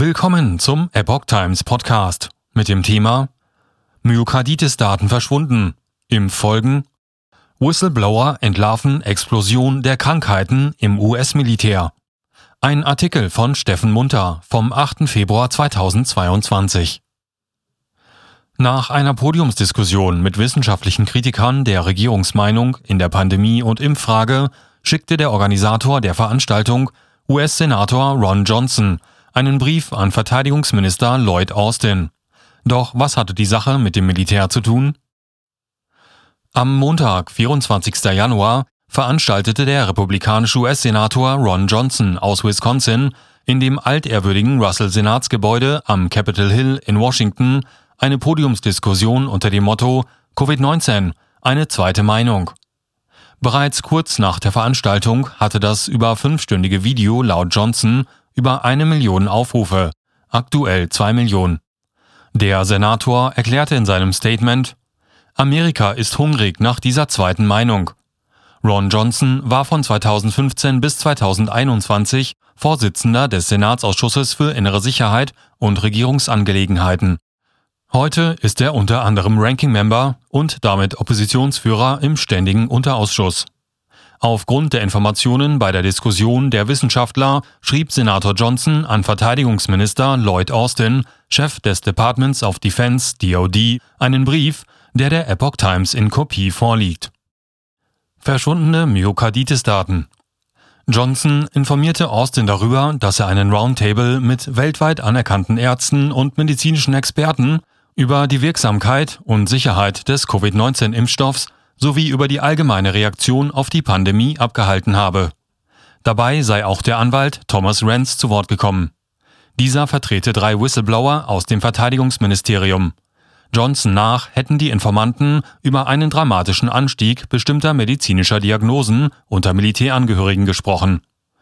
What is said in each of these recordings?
Willkommen zum Epoch Times Podcast mit dem Thema Myokarditis-Daten verschwunden. Impffolgen. Whistleblower entlarven Explosion der Krankheiten im US-Militär. Ein Artikel von Steffen Munter vom 8. Februar 2022. Nach einer Podiumsdiskussion mit wissenschaftlichen Kritikern der Regierungsmeinung in der Pandemie- und Impffrage schickte der Organisator der Veranstaltung, US-Senator Ron Johnson, einen Brief an Verteidigungsminister Lloyd Austin. Doch was hatte die Sache mit dem Militär zu tun? Am Montag, 24. Januar, veranstaltete der republikanische US-Senator Ron Johnson aus Wisconsin in dem altehrwürdigen Russell-Senatsgebäude am Capitol Hill in Washington eine Podiumsdiskussion unter dem Motto Covid-19 – eine zweite Meinung. Bereits kurz nach der Veranstaltung hatte das über 5-stündige Video laut Johnson über 1 Million Aufrufe, aktuell 2 Millionen. Der Senator erklärte in seinem Statement: Amerika ist hungrig nach dieser zweiten Meinung. Ron Johnson war von 2015 bis 2021 Vorsitzender des Senatsausschusses für innere Sicherheit und Regierungsangelegenheiten. Heute ist er unter anderem Ranking-Member und damit Oppositionsführer im Ständigen Unterausschuss. Aufgrund der Informationen bei der Diskussion der Wissenschaftler schrieb Senator Johnson an Verteidigungsminister Lloyd Austin, Chef des Departments of Defense (DoD), einen Brief, der Epoch Times in Kopie vorliegt. Verschwundene Myokarditis-Daten. Johnson informierte Austin darüber, dass er einen Roundtable mit weltweit anerkannten Ärzten und medizinischen Experten über die Wirksamkeit und Sicherheit des Covid-19-Impfstoffs sowie über die allgemeine Reaktion auf die Pandemie abgehalten habe. Dabei sei auch der Anwalt Thomas Renz zu Wort gekommen. Dieser vertrete 3 Whistleblower aus dem Verteidigungsministerium. Johnson nach hätten die Informanten über einen dramatischen Anstieg bestimmter medizinischer Diagnosen unter Militärangehörigen gesprochen.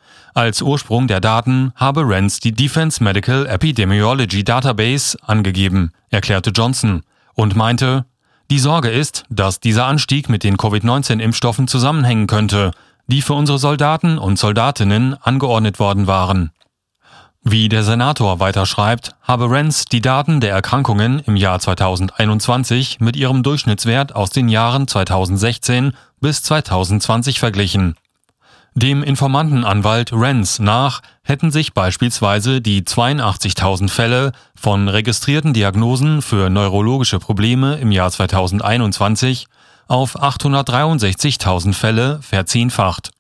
Als Ursprung der Daten habe Renz die Defense Medical Epidemiology Database angegeben, erklärte Johnson und meinte, die Sorge ist, dass dieser Anstieg mit den Covid-19-Impfstoffen zusammenhängen könnte, die für unsere Soldaten und Soldatinnen angeordnet worden waren. Wie der Senator weiter schreibt, habe Renz die Daten der Erkrankungen im Jahr 2021 mit ihrem Durchschnittswert aus den Jahren 2016 bis 2020 verglichen. Dem Informantenanwalt Renz nach hätten sich beispielsweise die 82.000 Fälle von registrierten Diagnosen für neurologische Probleme im Jahr 2021 auf 863.000 Fälle verzehnfacht.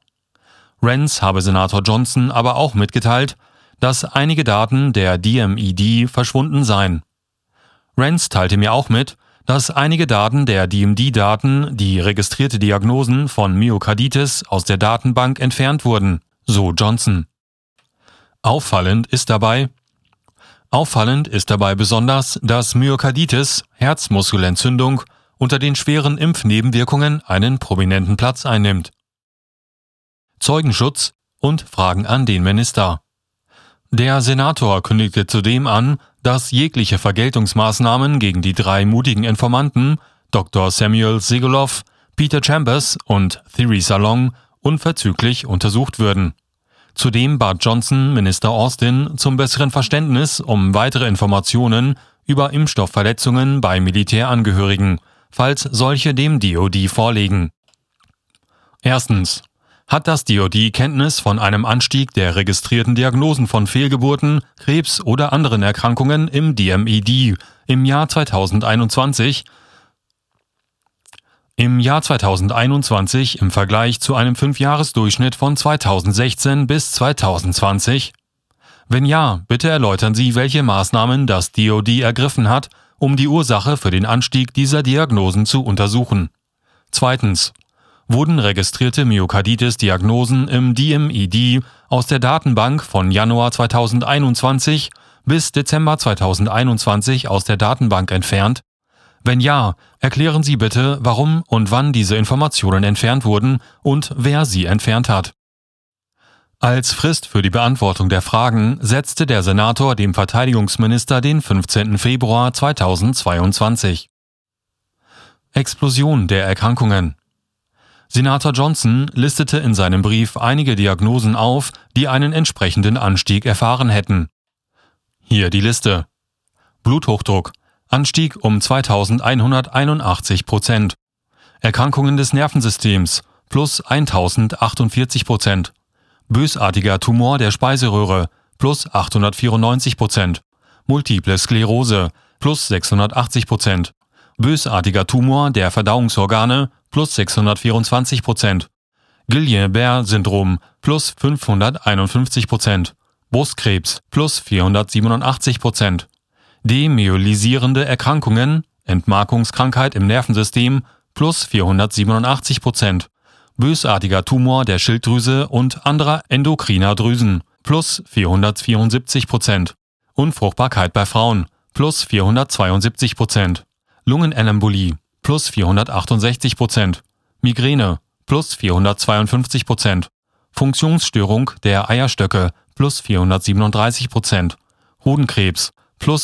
Renz habe Senator Johnson aber auch mitgeteilt, dass einige Daten der DMED verschwunden seien. Renz teilte mir auch mit, dass einige Daten der DMD-Daten, die registrierte Diagnosen von Myokarditis aus der Datenbank entfernt wurden, so Johnson. Auffallend ist dabei besonders, dass Myokarditis, Herzmuskelentzündung, unter den schweren Impfnebenwirkungen einen prominenten Platz einnimmt. Zeugenschutz und Fragen an den Minister. Der Senator kündigte zudem an, dass jegliche Vergeltungsmaßnahmen gegen die 3 mutigen Informanten, Dr. Samuel Sigoloff, Peter Chambers und Thierry Salong, unverzüglich untersucht würden. Zudem bat Johnson Minister Austin zum besseren Verständnis um weitere Informationen über Impfstoffverletzungen bei Militärangehörigen, falls solche dem DoD vorliegen. Erstens. Hat das DoD Kenntnis von einem Anstieg der registrierten Diagnosen von Fehlgeburten, Krebs oder anderen Erkrankungen im DMED im Jahr 2021 im Vergleich zu einem 5-Jahres-Durchschnitt von 2016 bis 2020? Wenn ja, bitte erläutern Sie, welche Maßnahmen das DoD ergriffen hat, um die Ursache für den Anstieg dieser Diagnosen zu untersuchen. Zweitens. Wurden registrierte Myokarditis-Diagnosen im DMED aus der Datenbank von Januar 2021 bis Dezember 2021 aus der Datenbank entfernt? Wenn ja, erklären Sie bitte, warum und wann diese Informationen entfernt wurden und wer sie entfernt hat. Als Frist für die Beantwortung der Fragen setzte der Senator dem Verteidigungsminister den 15. Februar 2022. Explosion der Erkrankungen. Senator Johnson listete in seinem Brief einige Diagnosen auf, die einen entsprechenden Anstieg erfahren hätten. Hier die Liste. Bluthochdruck, Anstieg um 2181%. Erkrankungen des Nervensystems, plus 1048%. Bösartiger Tumor der Speiseröhre, plus 894%. Multiple Sklerose, plus 680%. Bösartiger Tumor der Verdauungsorgane, plus 624%. Guillain-Barré-Syndrom, plus 551%. Brustkrebs, plus 487%. Demyelisierende Erkrankungen, Entmarkungskrankheit im Nervensystem, plus 487%. Bösartiger Tumor der Schilddrüse und anderer endokriner Drüsen, plus 474%. Unfruchtbarkeit bei Frauen, plus 472%. Lungenembolie, plus 468%. Migräne, plus 452%. Funktionsstörung der Eierstöcke, plus 437%. Hodenkrebs, plus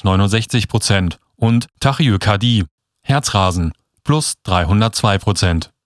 369%. Und Tachyokardie, Herzrasen, plus 302%.